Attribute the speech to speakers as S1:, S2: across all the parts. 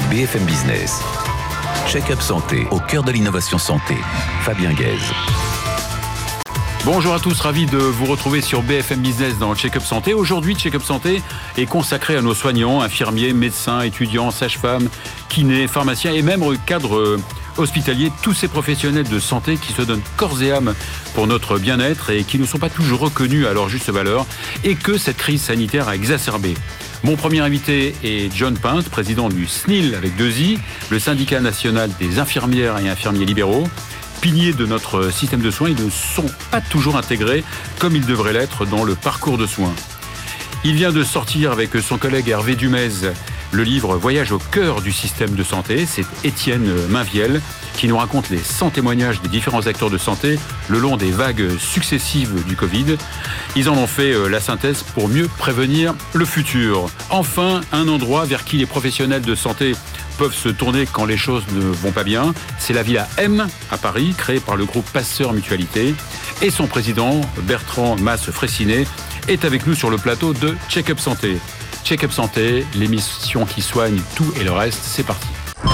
S1: BFM Business. Check-up santé, au cœur de l'innovation santé. Fabien Guèze.
S2: Bonjour à tous, ravi de vous retrouver sur BFM Business dans Check-up Santé. Aujourd'hui, Check-up Santé est consacré à nos soignants, infirmiers, médecins, étudiants, sages-femmes, kinés, pharmaciens et même cadres hospitaliers, tous ces professionnels de santé qui se donnent corps et âme pour notre bien-être et qui ne sont pas toujours reconnus à leur juste valeur et que cette crise sanitaire a exacerbé. Mon premier invité est John Pinte, président du SNIL avec 2 I, le syndicat national des infirmières et infirmiers libéraux. Piliers de notre système de soins, ils ne sont pas toujours intégrés comme ils devraient l'être dans le parcours de soins. Il vient de sortir avec son collègue Hervé Dumez le livre « Voyage au cœur du système de santé ». C'est Étienne Mainviel qui nous raconte les 100 témoignages des différents acteurs de santé le long des vagues successives du Covid. Ils en ont fait la synthèse pour mieux prévenir le futur. Enfin, un endroit vers qui les professionnels de santé peuvent se tourner quand les choses ne vont pas bien. C'est la Villa M à Paris, créée par le groupe Passeur Mutualité. Et son président, Bertrand Mas-Fraissinet, est avec nous sur le plateau de Check-up Santé. Check-up Santé, l'émission qui soigne tout et le reste, c'est parti.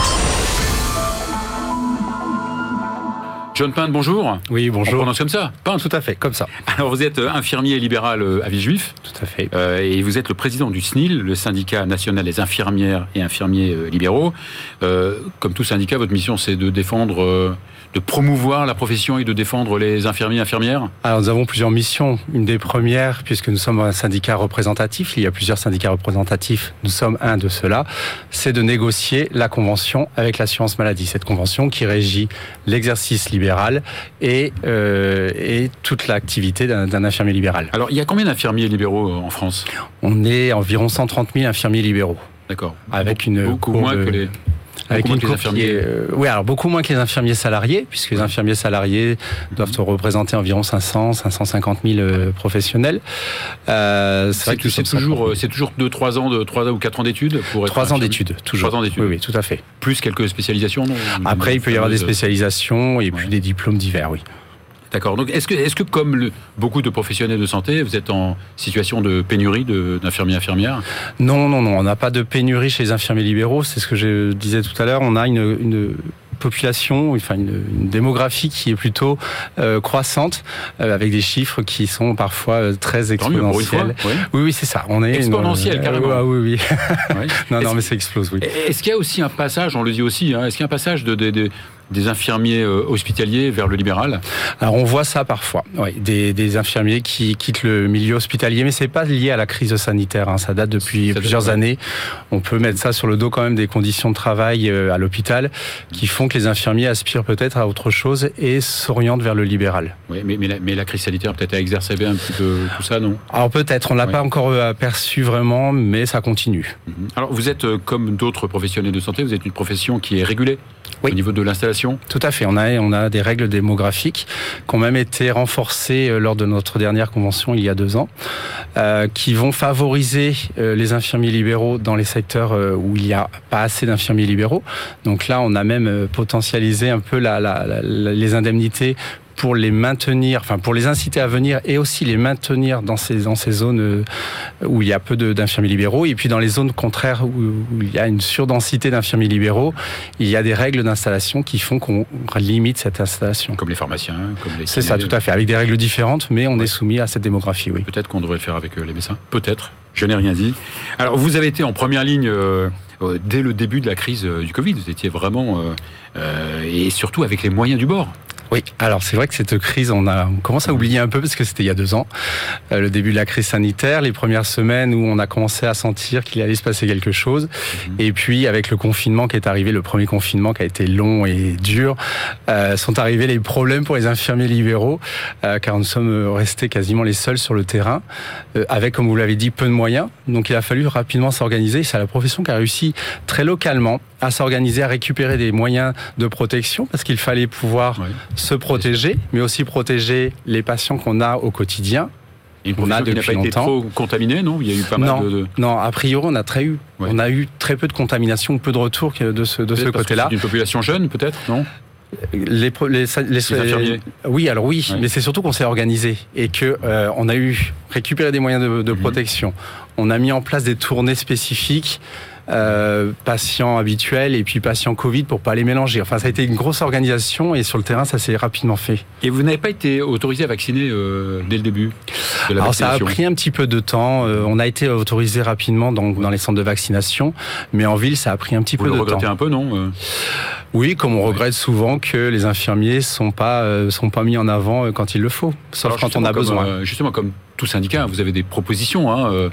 S2: John Pinte, bonjour.
S3: Oui, bonjour.
S2: On prononce comme ça, Pinte.
S3: Tout à fait, comme ça.
S2: Alors vous êtes infirmier libéral à Villejuif.
S3: Tout à fait.
S2: Et vous êtes le président du SNIL, le syndicat national des infirmières et infirmiers libéraux. Comme tout syndicat, votre mission c'est de défendre, de promouvoir la profession et de défendre les infirmiers et infirmières.
S3: Alors nous avons plusieurs missions. Une des premières, puisque nous sommes un syndicat représentatif, il y a plusieurs syndicats représentatifs, nous sommes un de ceux-là, c'est de négocier la convention avec l'assurance maladie. Cette convention qui régit l'exercice libéral et toute l'activité d'un infirmier libéral.
S2: Alors, il y a combien d'infirmiers libéraux en France ?
S3: On est environ 130 000 infirmiers libéraux.
S2: D'accord.
S3: Avec une
S2: beaucoup moins que les...
S3: Avec une courbe
S2: infirmiers.
S3: Oui, alors beaucoup moins que les infirmiers salariés, puisque les infirmiers salariés doivent représenter environ 550 000 professionnels.
S2: C'est vrai que c'est toujours 3 ans ou 4 ans d'études pour être
S3: 3 ans d'études, toujours.
S2: 3 ans d'études.
S3: Oui, tout à fait.
S2: Plus quelques spécialisations, non ?
S3: Après, il peut y avoir des spécialisations et puis des diplômes divers, oui.
S2: D'accord. Donc, est-ce que comme beaucoup de professionnels de santé, vous êtes en situation de pénurie d'infirmiers et infirmières ?
S3: Non, on n'a pas de pénurie chez les infirmiers libéraux. C'est ce que je disais tout à l'heure. On a une population, enfin une démographie qui est plutôt croissante, avec des chiffres qui sont parfois très exponentiels. Oui, c'est ça. On est
S2: exponentiel, carrément.
S3: Oui. Non, mais ça explose, oui.
S2: Est-ce qu'il y a aussi un passage, on le dit aussi, est-ce qu'il y a un passage des infirmiers hospitaliers vers le libéral ?
S3: Alors on voit ça parfois, oui, des infirmiers qui quittent le milieu hospitalier, mais c'est pas lié à la crise sanitaire, ça date depuis plusieurs années. On peut mettre ça sur le dos quand même des conditions de travail à l'hôpital qui font que les infirmiers aspirent peut-être à autre chose et s'orientent vers le libéral.
S2: Oui, mais la crise sanitaire peut-être a exacerbé un petit peu tout ça, non ?
S3: Alors peut-être, on l'a pas encore aperçu vraiment, mais ça continue.
S2: Alors vous êtes comme d'autres professionnels de santé, vous êtes une profession qui est régulée au niveau de l'installation ?
S3: Tout à fait. On a des règles démographiques qui ont même été renforcées lors de notre dernière convention il y a 2 ans, qui vont favoriser les infirmiers libéraux dans les secteurs où il n'y a pas assez d'infirmiers libéraux. Donc là, on a même potentialisé un peu les indemnités pour les maintenir, pour les inciter à venir et aussi les maintenir dans ces zones où il y a peu d'infirmiers libéraux. Et puis dans les zones contraires où il y a une surdensité d'infirmiers libéraux, il y a des règles d'installation qui font qu'on limite cette installation.
S2: Comme les pharmaciens, comme les...
S3: C'est ça, tout à fait, avec des règles différentes, mais on est soumis à cette démographie, oui.
S2: Peut-être qu'on devrait le faire avec les médecins, peut-être, je n'ai rien dit. Alors vous avez été en première ligne dès le début de la crise du Covid, vous étiez vraiment... et surtout avec les moyens du bord.
S3: Oui, alors c'est vrai que cette crise, on commence à oublier un peu parce que c'était il y a 2 ans, le début de la crise sanitaire, les premières semaines où on a commencé à sentir qu'il allait se passer quelque chose. Et puis avec le confinement qui est arrivé, le premier confinement qui a été long et dur, sont arrivés les problèmes pour les infirmiers libéraux, car nous sommes restés quasiment les seuls sur le terrain, avec, comme vous l'avez dit, peu de moyens. Donc il a fallu rapidement s'organiser. C'est la profession qui a réussi très localement à s'organiser, à récupérer des moyens de protection, parce qu'il fallait pouvoir se protéger, mais aussi protéger les patients qu'on a au quotidien.
S2: Et on a depuis longtemps. Été trop contaminé, non ? Il y a eu pas mal de...
S3: Non, a priori, on a eu très peu de contamination, peu de retours de ce côté-là.
S2: C'est une population jeune, peut-être, non ?
S3: Les infirmiers. Oui, alors oui, mais c'est surtout qu'on s'est organisé et que on a eu récupérer des moyens de protection. On a mis en place des tournées spécifiques, patients habituels et puis patients Covid pour pas les mélanger. Enfin, ça a été une grosse organisation et sur le terrain, ça s'est rapidement fait.
S2: Et vous n'avez pas été autorisé à vacciner dès le début de la vaccination?
S3: Alors, ça a pris un petit peu de temps. On a été autorisé rapidement dans les centres de vaccination, mais en ville, ça a pris un petit peu de temps.
S2: Vous le regrettez un peu, non?
S3: Oui, comme on regrette souvent que les infirmiers sont pas mis en avant quand il le faut, sauf quand on a besoin.
S2: Justement, comme tout syndicat, vous avez des propositions.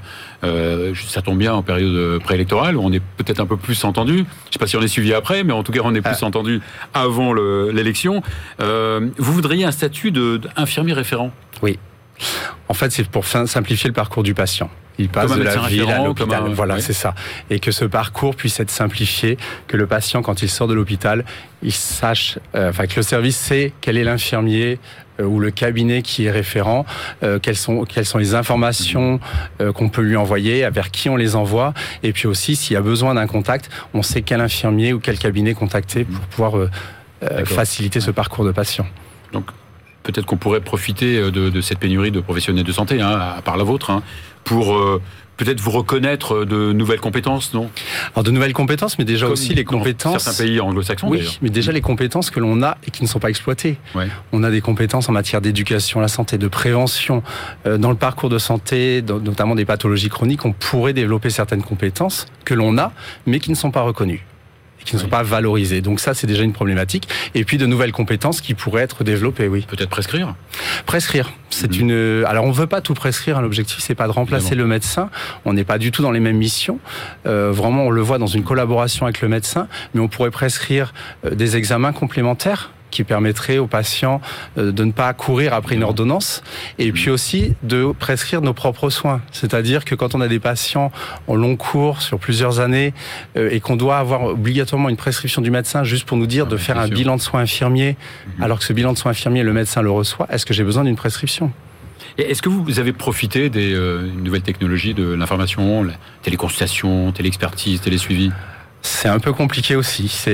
S2: Ça tombe bien en période préélectorale, où on est peut-être un peu plus entendu. Je ne sais pas si on est suivi après, mais en tout cas, on est plus entendu avant l'élection. Vous voudriez un statut d'infirmier référent?
S3: Oui. En fait, c'est pour simplifier le parcours du patient. Il passe de la ville à l'hôpital. Voilà, c'est ça. Et que ce parcours puisse être simplifié, que le patient, quand il sort de l'hôpital, il sache, que le service sait quel est l'infirmier ou le cabinet qui est référent, quelles sont les informations qu'on peut lui envoyer, vers qui on les envoie, et puis aussi, s'il y a besoin d'un contact, on sait quel infirmier ou quel cabinet contacter pour pouvoir faciliter ce parcours de patient.
S2: Donc, peut-être qu'on pourrait profiter de cette pénurie de professionnels de santé, à part la vôtre, pour peut-être vous reconnaître de nouvelles compétences, non?
S3: Alors de nouvelles compétences, mais déjà aussi les compétences...
S2: Dans certains pays anglo-saxons,
S3: oui,
S2: d'ailleurs.
S3: Mais déjà les compétences que l'on a et qui ne sont pas exploitées. Ouais. On a des compétences en matière d'éducation à la santé, de prévention. Dans le parcours de santé, notamment des pathologies chroniques, on pourrait développer certaines compétences que l'on a, mais qui ne sont pas reconnues. Et qui ne sont pas valorisées. Donc ça, c'est déjà une problématique. Et puis de nouvelles compétences qui pourraient être développées, oui.
S2: Peut-être prescrire.
S3: Prescrire, c'est Alors on veut pas tout prescrire. L'objectif, c'est pas de remplacer le médecin. On n'est pas du tout dans les mêmes missions. Vraiment, on le voit dans une collaboration avec le médecin, mais on pourrait prescrire des examens complémentaires qui permettrait aux patients de ne pas courir après une ordonnance, et puis aussi de prescrire nos propres soins. C'est-à-dire que quand on a des patients en long cours sur plusieurs années et qu'on doit avoir obligatoirement une prescription du médecin juste pour nous dire de faire un bilan de soins infirmiers, alors que ce bilan de soins infirmiers, le médecin le reçoit, est-ce que j'ai besoin d'une prescription ?
S2: Et est-ce que vous avez profité des nouvelles technologies de l'information, la téléconsultation, téléexpertise, télésuivi ?
S3: C'est un peu compliqué aussi. Ça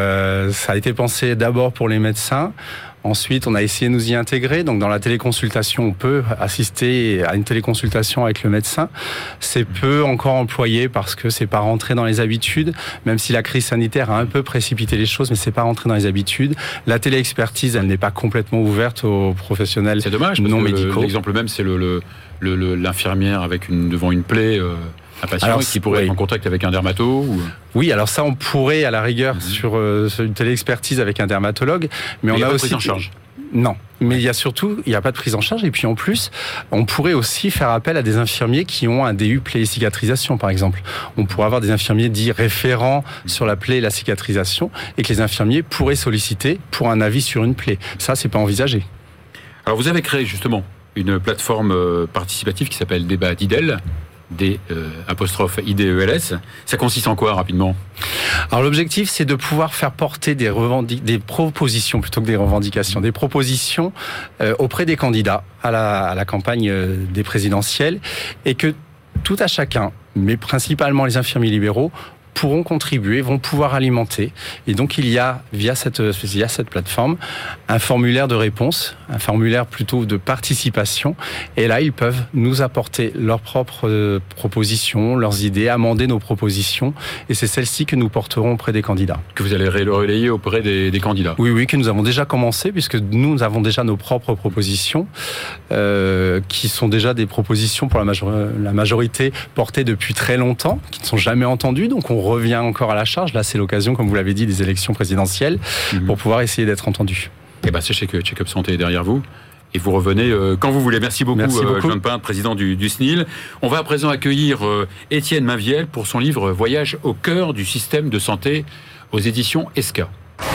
S3: a été pensé d'abord pour les médecins. Ensuite, on a essayé de nous y intégrer. Donc, dans la téléconsultation, on peut assister à une téléconsultation avec le médecin. C'est peu encore employé parce que c'est pas rentré dans les habitudes. Même si la crise sanitaire a un peu précipité les choses, mais c'est pas rentré dans les habitudes. La téléexpertise, elle n'est pas complètement ouverte aux professionnels
S2: c'est dommage,
S3: non médicaux.
S2: L'exemple même, c'est l'infirmière devant une plaie. Un patient qui pourrait être en contact avec un dermato ou...
S3: Oui, alors ça, on pourrait à la rigueur sur une téléexpertise avec un dermatologue, mais on a aussi...
S2: prise en charge.
S3: Non, mais il y a pas de prise en charge, et puis en plus, on pourrait aussi faire appel à des infirmiers qui ont un DU plaie et cicatrisation, par exemple. On pourrait avoir des infirmiers dits référents sur la plaie et la cicatrisation, et que les infirmiers pourraient solliciter pour un avis sur une plaie. Ça, c'est pas envisagé.
S2: Alors vous avez créé justement une plateforme participative qui s'appelle Débat d'IDEL. IDELS. Ça consiste en quoi, rapidement ?
S3: Alors l'objectif, c'est de pouvoir faire porter des propositions plutôt que des revendications, des propositions auprès des candidats à la campagne des présidentielles, et que tout à chacun, mais principalement les infirmiers libéraux, pourront contribuer, vont pouvoir alimenter. Et donc, il y a, via cette plateforme, un formulaire de réponse, un formulaire plutôt de participation. Et là, ils peuvent nous apporter leurs propres propositions, leurs idées, amender nos propositions. Et c'est celles-ci que nous porterons auprès des candidats.
S2: Que vous allez relayer auprès des candidats.
S3: Oui, que nous avons déjà commencé, puisque nous avons déjà nos propres propositions, qui sont déjà des propositions pour la majorité portées depuis très longtemps, qui ne sont jamais entendues. Donc, on revient encore à la charge. Là, c'est l'occasion, comme vous l'avez dit, des élections présidentielles pour pouvoir essayer d'être entendu.
S2: Et sachez que Check-up Santé est derrière vous. Et vous revenez quand vous voulez. Merci beaucoup. Jean Pinte, président du SNIL. On va à présent accueillir Étienne Mainviel pour son livre Voyage au cœur du système de santé aux éditions ESCA.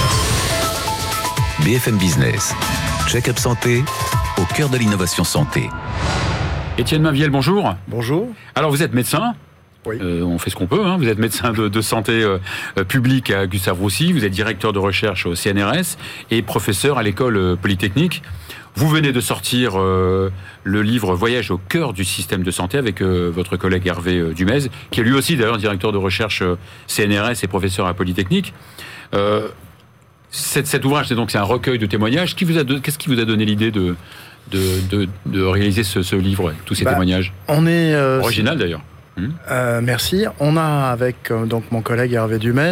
S1: BFM Business. Check-up Santé au cœur de l'innovation santé.
S2: Étienne Mainviel, bonjour.
S4: Bonjour.
S2: Alors, vous êtes médecin.
S4: Oui.
S2: On fait ce qu'on peut. Vous êtes médecin de santé publique à Gustave-Roussy. Vous êtes directeur de recherche au CNRS et professeur à l'école polytechnique. Vous venez de sortir le livre Voyage au cœur du système de santé avec votre collègue Hervé Dumez, qui est lui aussi d'ailleurs directeur de recherche CNRS et professeur à Polytechnique. Cet ouvrage, c'est un recueil de témoignages. Qu'est-ce qui vous a donné l'idée de réaliser ce livre, tous ces témoignages?
S3: On est
S2: original d'ailleurs.
S3: Merci. On a avec donc mon collègue Hervé Dumez,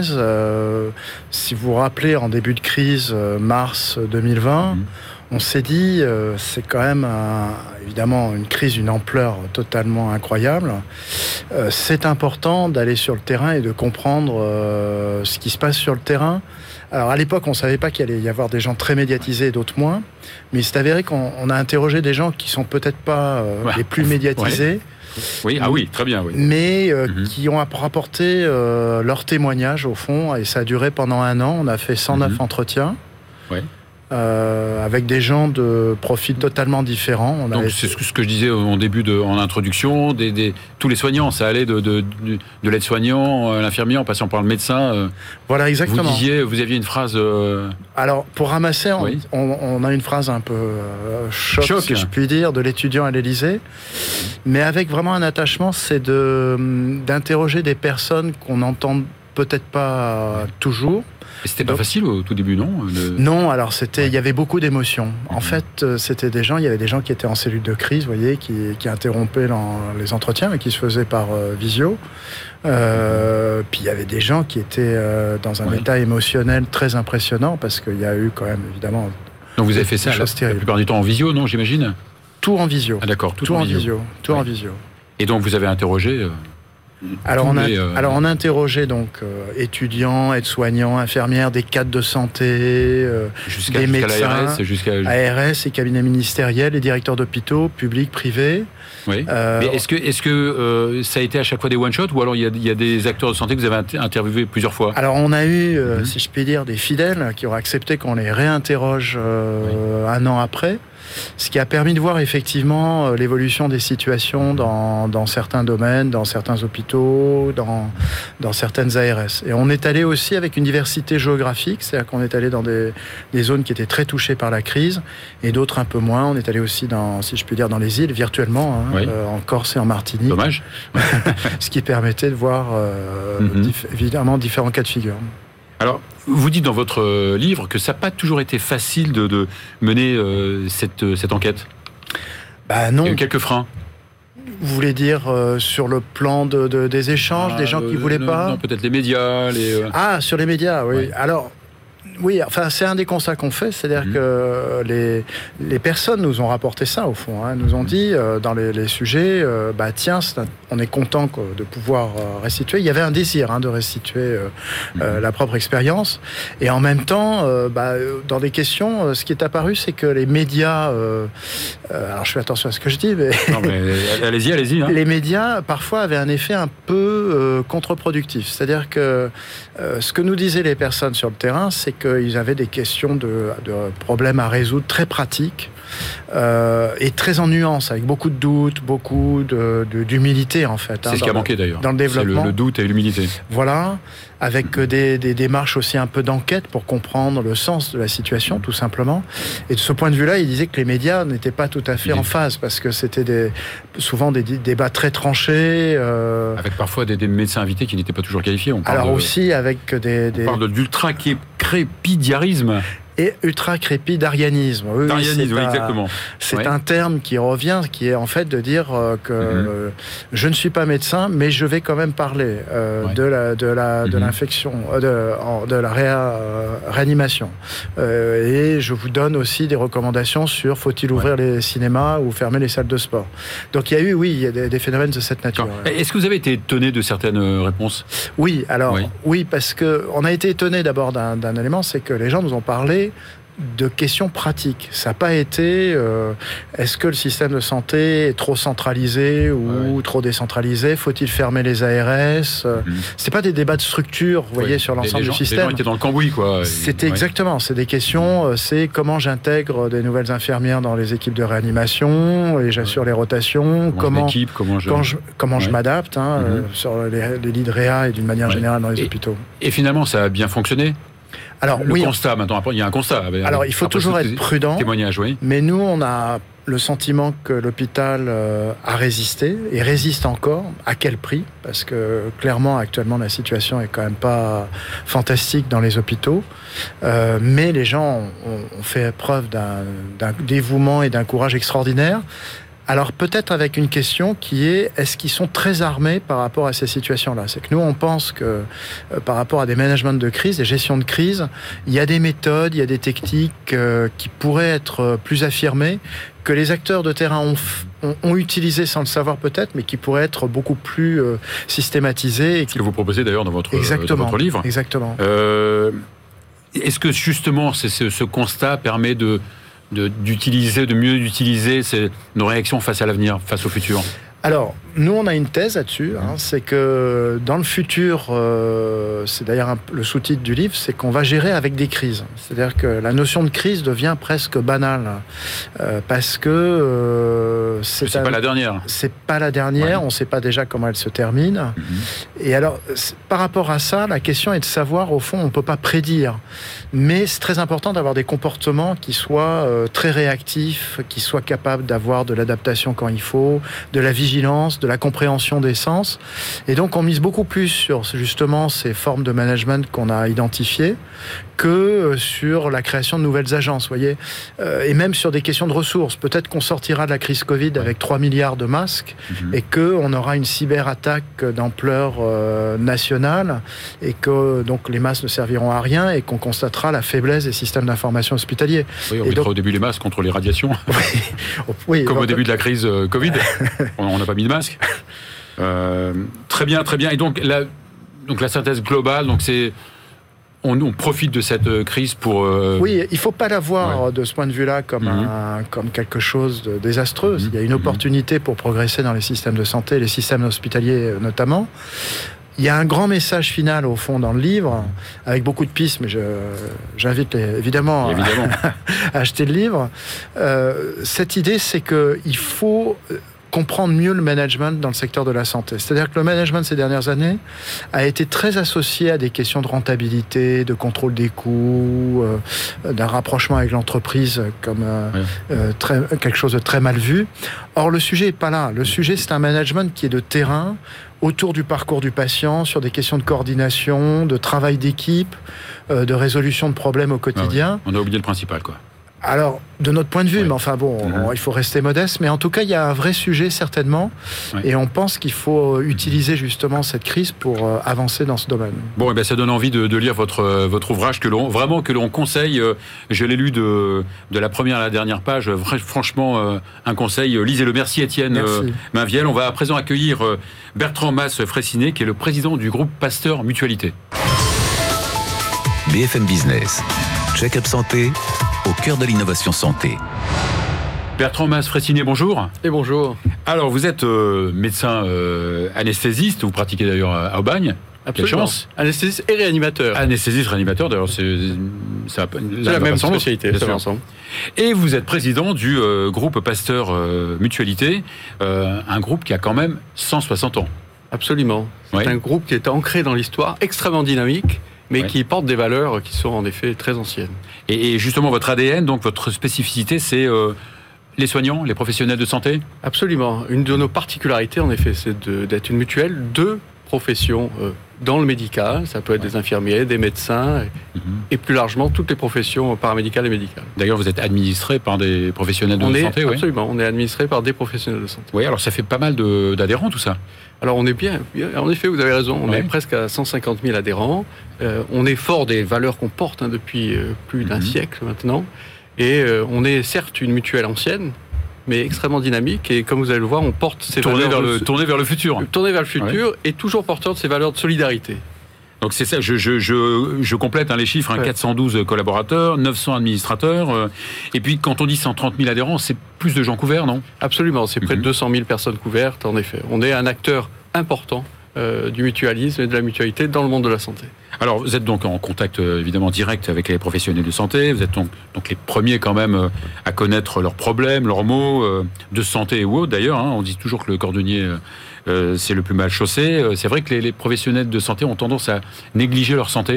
S3: si vous vous rappelez, en début de crise, mars 2020, on s'est dit, c'est quand même évidemment une crise d'une ampleur totalement incroyable. C'est important d'aller sur le terrain et de comprendre ce qui se passe sur le terrain. Alors à l'époque, on ne savait pas qu'il allait y avoir des gens très médiatisés et d'autres moins, mais il s'est avéré qu'on a interrogé des gens qui sont peut-être pas les plus médiatisés.
S2: Ouais. Oui, ah oui, très bien. Oui.
S3: Mais qui ont rapporté leur témoignage au fond, et ça a duré pendant 1 an. On a fait 109 entretiens.
S2: Ouais.
S3: Avec des gens de profils totalement différents.
S2: Donc c'est ce que je disais en début, en introduction, tous les soignants, ça allait de l'aide-soignant à l'infirmier en passant par le médecin.
S3: Voilà, exactement.
S2: Vous aviez une phrase...
S3: Alors, pour ramasser, on a une phrase un peu choc, si je puis dire, de l'étudiant à l'Élysée, mais avec vraiment un attachement, c'est d'interroger des personnes qu'on n'entend peut-être pas toujours.
S2: Et c'était pas facile au tout début, non?
S3: Non, alors il y avait beaucoup d'émotions. En fait, il y avait des gens qui étaient en cellule de crise, vous voyez, qui interrompaient les entretiens, mais qui se faisaient par visio. Puis il y avait des gens qui étaient dans un état émotionnel très impressionnant, parce qu'il y a eu quand même, évidemment...
S2: Donc vous avez fait ça la plupart du temps en visio, non, j'imagine? Tout
S3: en visio.
S2: Ah d'accord,
S3: tout en visio. Tout en visio.
S2: Et donc vous avez interrogé...
S3: Alors on a interrogé donc étudiants, aides-soignants, infirmières, des cadres de santé, des médecins, ARS et cabinets ministériels, et directeurs d'hôpitaux, publics, privés.
S2: Oui. Mais est-ce que ça a été à chaque fois des one-shots, ou alors il y a des acteurs de santé que vous avez interviewés plusieurs fois?
S3: Alors on a eu, si je puis dire, des fidèles qui ont accepté qu'on les réinterroge 1 an après. Ce qui a permis de voir effectivement l'évolution des situations dans certains domaines, dans certains hôpitaux, dans certaines ARS. Et on est allé aussi avec une diversité géographique, c'est-à-dire qu'on est allé dans des zones qui étaient très touchées par la crise, et d'autres un peu moins. On est allé aussi si je puis dire, dans les îles, virtuellement, en Corse et en Martinique.
S2: Dommage.
S3: Ce qui permettait de voir évidemment différents cas de figure.
S2: Alors, vous dites dans votre livre que ça n'a pas toujours été facile de mener cette enquête.
S3: Bah non.
S2: Il y a eu quelques freins.
S3: Vous voulez dire sur le plan des échanges, des gens qui ne voulaient pas?
S2: Non, peut-être les médias.
S3: Ah, sur les médias, oui. Ouais. Alors, oui, enfin, c'est un des constats qu'on fait, c'est-à-dire que les personnes nous ont rapporté ça, au fond, nous ont dit, dans les sujets, tiens, on est content de pouvoir restituer. Il y avait un désir de restituer la propre expérience, et en même temps, dans des questions, ce qui est apparu, c'est que les médias, alors je fais attention à ce que je dis, mais...
S2: Non, mais allez-y.
S3: Les médias, parfois, avaient un effet un peu contre-productif, c'est-à-dire que ce que nous disaient les personnes sur le terrain, c'est qu'ils avaient des questions de problèmes à résoudre très pratiques et très en nuances, avec beaucoup de doutes, beaucoup d'humilité en fait.
S2: C'est ce qui a manqué d'ailleurs.
S3: Dans le développement.
S2: C'est le doute et l'humilité.
S3: Voilà, avec des démarches aussi un peu d'enquête pour comprendre le sens de la situation, tout simplement. Et de ce point de vue-là, il disait que les médias n'étaient pas tout à fait en phase, parce que c'était souvent des débats très tranchés.
S2: Avec parfois des médecins invités qui n'étaient pas toujours qualifiés.
S3: Aussi avec
S2: On parle d'ultra-crépidiarisme.
S3: Et ultra-crépidarianisme. Oui,
S2: exactement.
S3: C'est un terme qui revient, qui est en fait de dire que je ne suis pas médecin, mais je vais quand même parler de l'infection, de la réanimation. Et je vous donne aussi des recommandations sur faut-il ouvrir les cinémas ou fermer les salles de sport. Donc il y a des phénomènes de cette nature.
S2: Est-ce que vous avez été étonné de certaines réponses?
S3: Oui, parce qu'on a été étonné d'abord d'un élément, c'est que les gens nous ont parlé de questions pratiques. Ça n'a pas été est-ce que le système de santé est trop centralisé ou trop décentralisé? Faut-il fermer les ARS? C'est pas des débats de structure, vous voyez, sur l'ensemble du système. Les gens
S2: étaient dans le cambouis, quoi.
S3: C'était exactement. C'est des questions. C'est comment j'intègre des nouvelles infirmières dans les équipes de réanimation et j'assure les rotations. Comment je m'adapte sur les lits de réa et d'une manière générale dans les hôpitaux.
S2: Et finalement, ça a bien fonctionné?
S4: Alors,
S2: le constat, maintenant, il y a un constat.
S4: Alors, il faut toujours être prudent.
S2: Témoignage, oui.
S4: Mais nous, on a le sentiment que l'hôpital a résisté et résiste encore. À quel prix ? Parce que clairement, actuellement, la situation est quand même pas fantastique dans les hôpitaux. Mais les gens ont fait preuve d'un dévouement et d'un courage extraordinaire. Alors peut-être avec une question qui est, est-ce qu'ils sont très armés par rapport à ces situations-là ? C'est que nous, on pense que par rapport à des managements de crise, des gestions de crise, il y a des méthodes, il y a des techniques qui pourraient être plus affirmées, que les acteurs de terrain ont utilisé sans le savoir peut-être, mais qui pourraient être beaucoup plus systématisées.
S2: Ce que vous proposez d'ailleurs dans votre livre.
S4: Exactement.
S2: Est-ce que justement ce constat permet de mieux utiliser nos réactions face à l'avenir, face au futur ?
S4: Alors, nous, on a une thèse là-dessus, c'est que dans le futur, c'est d'ailleurs le sous-titre du livre, c'est qu'on va gérer avec des crises. C'est-à-dire que la notion de crise devient presque banale, parce que
S2: c'est pas la dernière.
S4: C'est pas la dernière, on ne sait pas déjà comment elle se termine. Et alors, par rapport à ça, la question est de savoir, au fond, on ne peut pas prédire. Mais c'est très important d'avoir des comportements qui soient très réactifs, qui soient capables d'avoir de l'adaptation quand il faut, de la vigilance, de la compréhension des sens. Et donc, on mise beaucoup plus sur justement ces formes de management qu'on a identifiées que sur la création de nouvelles agences, voyez, et même sur des questions de ressources. Peut-être qu'on sortira de la crise Covid avec 3 milliards de masques et qu'on aura une cyberattaque d'ampleur nationale et que donc les masques ne serviront à rien et qu'on constatera la faiblesse des systèmes d'information hospitaliers.
S2: Oui, on mettra au début les masques contre les radiations.
S4: Oui,
S2: comme au début de la crise Covid. On n'a pas mis de masque. Très bien. Et donc la synthèse globale, donc c'est... On profite de cette crise pour...
S4: Oui, il ne faut pas la voir de ce point de vue-là comme quelque chose de désastreux. Il y a une opportunité pour progresser dans les systèmes de santé, les systèmes hospitaliers notamment. Il y a un grand message final, au fond, dans le livre, avec beaucoup de pistes, mais j'invite évidemment. À acheter le livre. Cette idée, c'est qu'il faut comprendre mieux le management dans le secteur de la santé. C'est-à-dire que le management ces dernières années a été très associé à des questions de rentabilité, de contrôle des coûts, d'un rapprochement avec l'entreprise comme quelque chose de très mal vu. Or, le sujet n'est pas là. Le sujet, c'est un management qui est de terrain, autour du parcours du patient, sur des questions de coordination, de travail d'équipe, de résolution de problèmes au quotidien.
S2: On a oublié le principal, quoi.
S4: Alors, de notre point de vue, mais enfin bon, il faut rester modeste, mais en tout cas, il y a un vrai sujet certainement, et on pense qu'il faut utiliser justement cette crise pour avancer dans ce domaine.
S2: Bon, et bien ça donne envie de lire votre ouvrage que l'on conseille. Je l'ai lu de la première à la dernière page. Franchement, un conseil. Lisez-le. Merci Étienne Mainviel. On va à présent accueillir Bertrand Mas-Fraissinet, qui est le président du groupe Pasteur Mutualité.
S1: BFM Business. Check-up santé au cœur de l'innovation santé.
S2: Bertrand Mas-Fraissinet, bonjour.
S5: Et bonjour.
S2: Alors, vous êtes médecin anesthésiste, vous pratiquez d'ailleurs à Aubagne.
S5: Absolument.
S2: Quelle chance.
S5: Anesthésiste et réanimateur.
S2: Anesthésiste, réanimateur, d'ailleurs, c'est
S5: la même spécialité, ça va ensemble.
S2: Et vous êtes président du groupe Pasteur Mutualité, un groupe qui a quand même 160 ans.
S5: Absolument. C'est un groupe qui est ancré dans l'histoire, extrêmement dynamique, mais qui porte des valeurs qui sont en effet très anciennes.
S2: Et justement, votre ADN, donc votre spécificité, c'est les soignants, les professionnels de santé ?
S5: Absolument. Une de nos particularités, en effet, c'est d'être une mutuelle de professions dans le médical. Ça peut être des infirmiers, des médecins, et plus largement, toutes les professions paramédicales et médicales.
S2: D'ailleurs, vous êtes administré par des professionnels de santé,
S5: absolument, on est administré par des professionnels de santé.
S2: Oui, alors ça fait pas mal d'adhérents, tout ça.
S5: Alors on est bien, en effet vous avez raison, on est presque à 150 000 adhérents, on est fort des valeurs qu'on porte depuis plus d'un siècle maintenant, et on est certes une mutuelle ancienne, mais extrêmement dynamique, et comme vous allez le voir, on porte ces valeurs...
S2: Tourner vers le futur.
S5: Tourner vers le futur, et toujours porteur de ces valeurs de solidarité.
S2: Donc c'est ça, je complète les chiffres, 412 collaborateurs, 900 administrateurs, et puis quand on dit 130 000 adhérents, c'est plus de gens couverts, non ?
S5: Absolument, c'est près de 200 000 personnes couvertes, en effet. On est un acteur important du mutualisme et de la mutualité dans le monde de la santé.
S2: Alors vous êtes donc en contact évidemment direct avec les professionnels de santé, vous êtes donc les premiers quand même à connaître leurs problèmes, leurs maux de santé ou autres d'ailleurs, on dit toujours que le cordonnier c'est le plus mal chaussé. C'est vrai que les professionnels de santé ont tendance à négliger leur santé.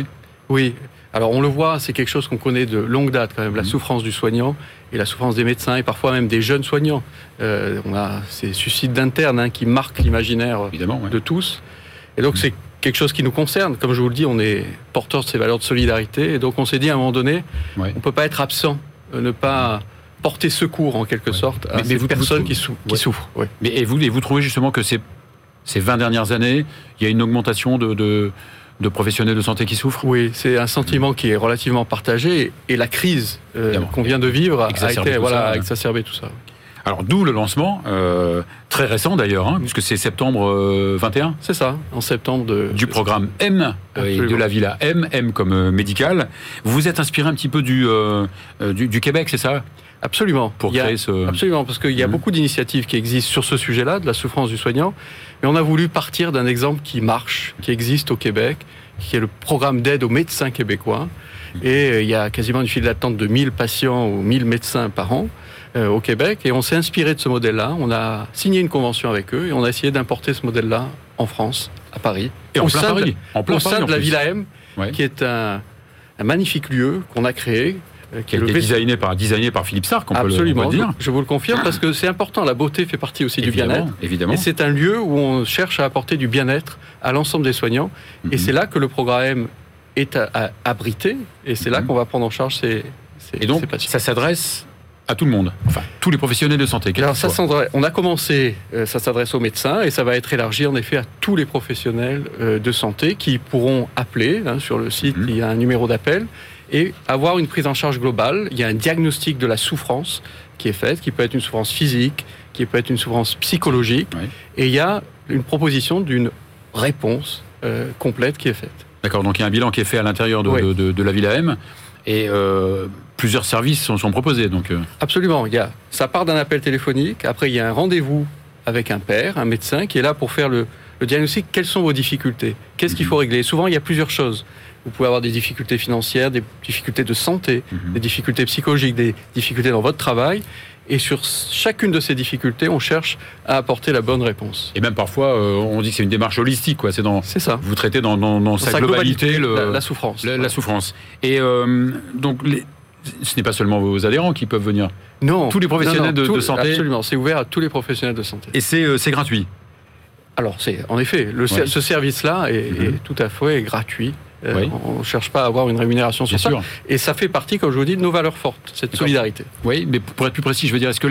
S5: Oui. Alors on le voit, c'est quelque chose qu'on connaît de longue date quand même, la souffrance du soignant et la souffrance des médecins et parfois même des jeunes soignants. On a ces suicides d'internes qui marquent l'imaginaire de tous. Et donc c'est quelque chose qui nous concerne. Comme je vous le dis, on est porteurs de ces valeurs de solidarité. Et donc on s'est dit à un moment donné, on ne peut pas être absent, ne pas porter secours en quelque sorte à ces personnes qui souffrent. Oui.
S2: Mais vous trouvez justement que ces 20 dernières années, il y a une augmentation de professionnels de santé qui souffrent?
S5: Oui, c'est un sentiment qui est relativement partagé et la crise qu'on vient de vivre a exacerbé tout ça.
S2: Alors d'où le lancement, très récent d'ailleurs, puisque c'est septembre 21.
S5: C'est ça, en septembre
S2: du programme M et de la Villa M comme médical. Vous vous êtes inspiré un petit peu du Québec, c'est ça?
S5: Absolument. Absolument, parce qu'il y a beaucoup d'initiatives qui existent sur ce sujet-là, de la souffrance du soignant. Mais on a voulu partir d'un exemple qui marche, qui existe au Québec, qui est le programme d'aide aux médecins québécois. Et il y a quasiment une file d'attente de 1000 patients ou 1000 médecins par an au Québec. Et on s'est inspiré de ce modèle-là. On a signé une convention avec eux et on a essayé d'importer ce modèle-là en France, à Paris.
S2: Et au sein
S5: de la Villa M, qui est un magnifique lieu qu'on a créé.
S2: Qui a été designé par Philippe Sark, on peut le dire.
S5: Je vous le confirme, parce que c'est important, la beauté fait partie aussi du bien-être.
S2: Évidemment.
S5: Et c'est un lieu où on cherche à apporter du bien-être à l'ensemble des soignants. Et c'est là que le programme est abrité, et c'est là qu'on va prendre en charge ces patients.
S2: Ça s'adresse à tout le monde, enfin tous les professionnels de santé.
S5: Alors on a commencé, ça s'adresse aux médecins, et ça va être élargi en effet à tous les professionnels de santé qui pourront appeler. Sur le site, il y a un numéro d'appel, et avoir une prise en charge globale. Il y a un diagnostic de la souffrance qui est fait, qui peut être une souffrance physique, qui peut être une souffrance psychologique, et il y a une proposition d'une réponse complète qui est faite.
S2: D'accord, donc il y a un bilan qui est fait à l'intérieur de la Villa M, et plusieurs services sont proposés. Donc,
S5: Absolument, ça part d'un appel téléphonique, après il y a un rendez-vous avec un père, un médecin, qui est là pour faire le diagnostic. Quelles sont vos difficultés? Qu'est-ce qu'il faut régler? Souvent, il y a plusieurs choses. Vous pouvez avoir des difficultés financières, des difficultés de santé, des difficultés psychologiques, des difficultés dans votre travail. Et sur chacune de ces difficultés, on cherche à apporter la bonne réponse.
S2: Et même parfois, on dit que c'est une démarche holistique, quoi. C'est ça. Vous traitez dans sa globalité
S5: la souffrance.
S2: La souffrance. Et donc, ce n'est pas seulement vos adhérents qui peuvent venir.
S5: Non.
S2: Tous les professionnels de santé.
S5: Absolument. C'est ouvert à tous les professionnels de santé.
S2: Et c'est gratuit.
S5: Alors, en effet, ce service-là est tout à fait gratuit. On ne cherche pas à avoir une rémunération sur ça. Et ça fait partie, comme je vous dis, de nos valeurs fortes, cette solidarité.
S2: Oui, mais pour être plus précis, je veux dire, est-ce que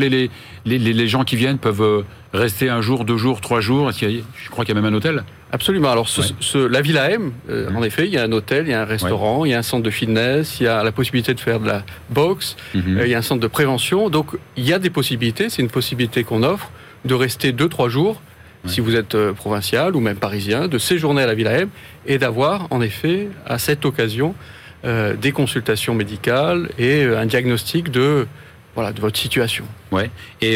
S2: les gens qui viennent peuvent rester 1 jour, 2 jours, 3 jours? Je crois qu'il y a même un hôtel.
S5: Absolument. Alors, la Villa M, en effet, il y a un hôtel, il y a un restaurant, il y a un centre de fitness, il y a la possibilité de faire de la boxe, il y a un centre de prévention. Donc, il y a des possibilités, c'est une possibilité qu'on offre, de rester 2-3 jours, si vous êtes provincial ou même parisien, de séjourner à la Villa M et d'avoir, en effet, à cette occasion, des consultations médicales et un diagnostic de votre situation.
S2: Ouais. Et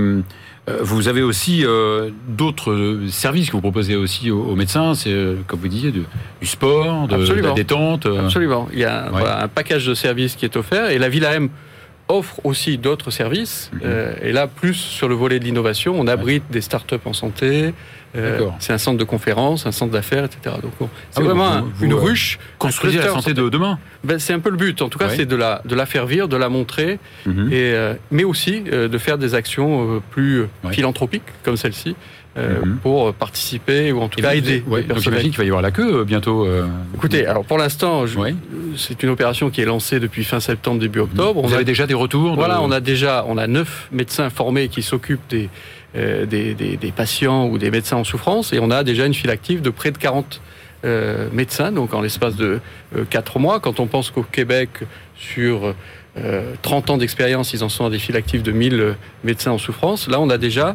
S2: vous avez aussi d'autres services que vous proposez aussi aux médecins, c'est, comme vous disiez, du sport, de la détente.
S5: Absolument. Il y a un package de services qui est offert, et la Villa M offre aussi d'autres services, et là, plus sur le volet de l'innovation, on abrite des startups en santé, c'est un centre de conférences, un centre d'affaires, etc. Donc, c'est vraiment une ruche.
S2: Construisez la santé de demain.
S5: C'est un peu le but, en tout cas, c'est de la faire vivre, de la montrer, mais aussi de faire des actions plus philanthropiques, comme celle-ci, pour participer, ou en tout cas aider.
S2: Donc j'imagine qu'il va y avoir la queue bientôt.
S5: Écoutez, alors pour l'instant, c'est une opération qui est lancée depuis fin septembre, début octobre.
S2: Vous avez déjà des retours?
S5: Voilà, on a 9 médecins formés qui s'occupent des patients ou des médecins en souffrance, et on a déjà une file active de près de 40 médecins, donc en l'espace de 4 mois. Quand on pense qu'au Québec, sur 30 ans d'expérience, ils en sont à des files actives de 1000 médecins en souffrance, là on a déjà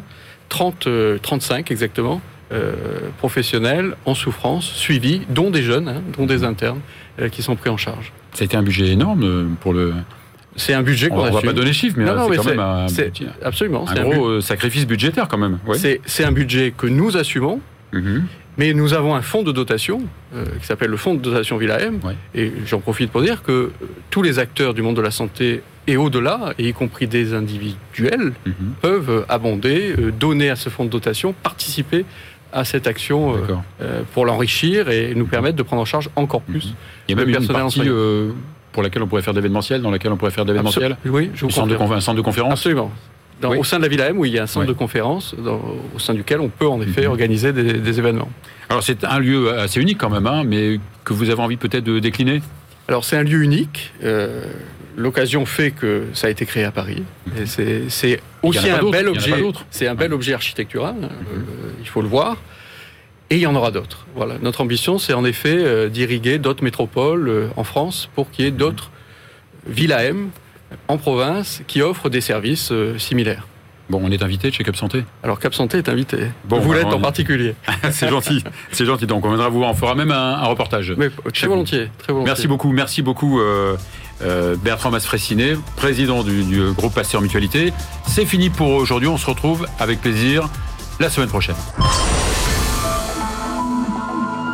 S5: 35 exactement professionnels en souffrance, suivis, dont des jeunes, dont des internes, qui sont pris en charge.
S2: Ça a été un budget énorme pour le...
S5: C'est un budget qu'on a.
S2: On ne va pas donner de chiffres, mais c'est quand même
S5: absolument,
S2: un gros sacrifice budgétaire quand même.
S5: C'est un budget que nous assumons, mais nous avons un fonds de dotation qui s'appelle le fonds de dotation Villa M, et j'en profite pour dire que tous les acteurs du monde de la santé et au-delà, et y compris des individuels, peuvent abonder, donner à ce fonds de dotation, participer à cette action pour l'enrichir et nous permettre de prendre en charge encore plus.
S2: Il y a même une partie pour laquelle on pourrait faire d'événementiel, dans laquelle on pourrait faire d'événementiel.
S5: Oui,
S2: un centre de conférence.
S5: Absolument. Au sein de la Villa M, il y a un centre de conférence au sein duquel on peut en effet organiser des événements. Alors c'est un lieu assez unique quand même, mais que vous avez envie peut-être de décliner. Alors c'est un lieu unique. L'occasion fait que ça a été créé à Paris. Et c'est aussi un bel objet. C'est un bel objet architectural. Il faut le voir. Et il y en aura d'autres. Voilà. Notre ambition, c'est en effet d'irriguer d'autres métropoles en France pour qu'il y ait d'autres Villa M en province qui offrent des services similaires. Bon, on est invité chez Cap Santé. Alors Cap Santé est invité. Bon, vous l'êtes en particulier. C'est gentil, c'est gentil. Donc on viendra vous voir. On fera même un reportage. Mais, très volontiers, très volontiers. Merci beaucoup, Bertrand Masfressinet, président du groupe Pasteur Mutualité. C'est fini pour aujourd'hui. On se retrouve avec plaisir la semaine prochaine.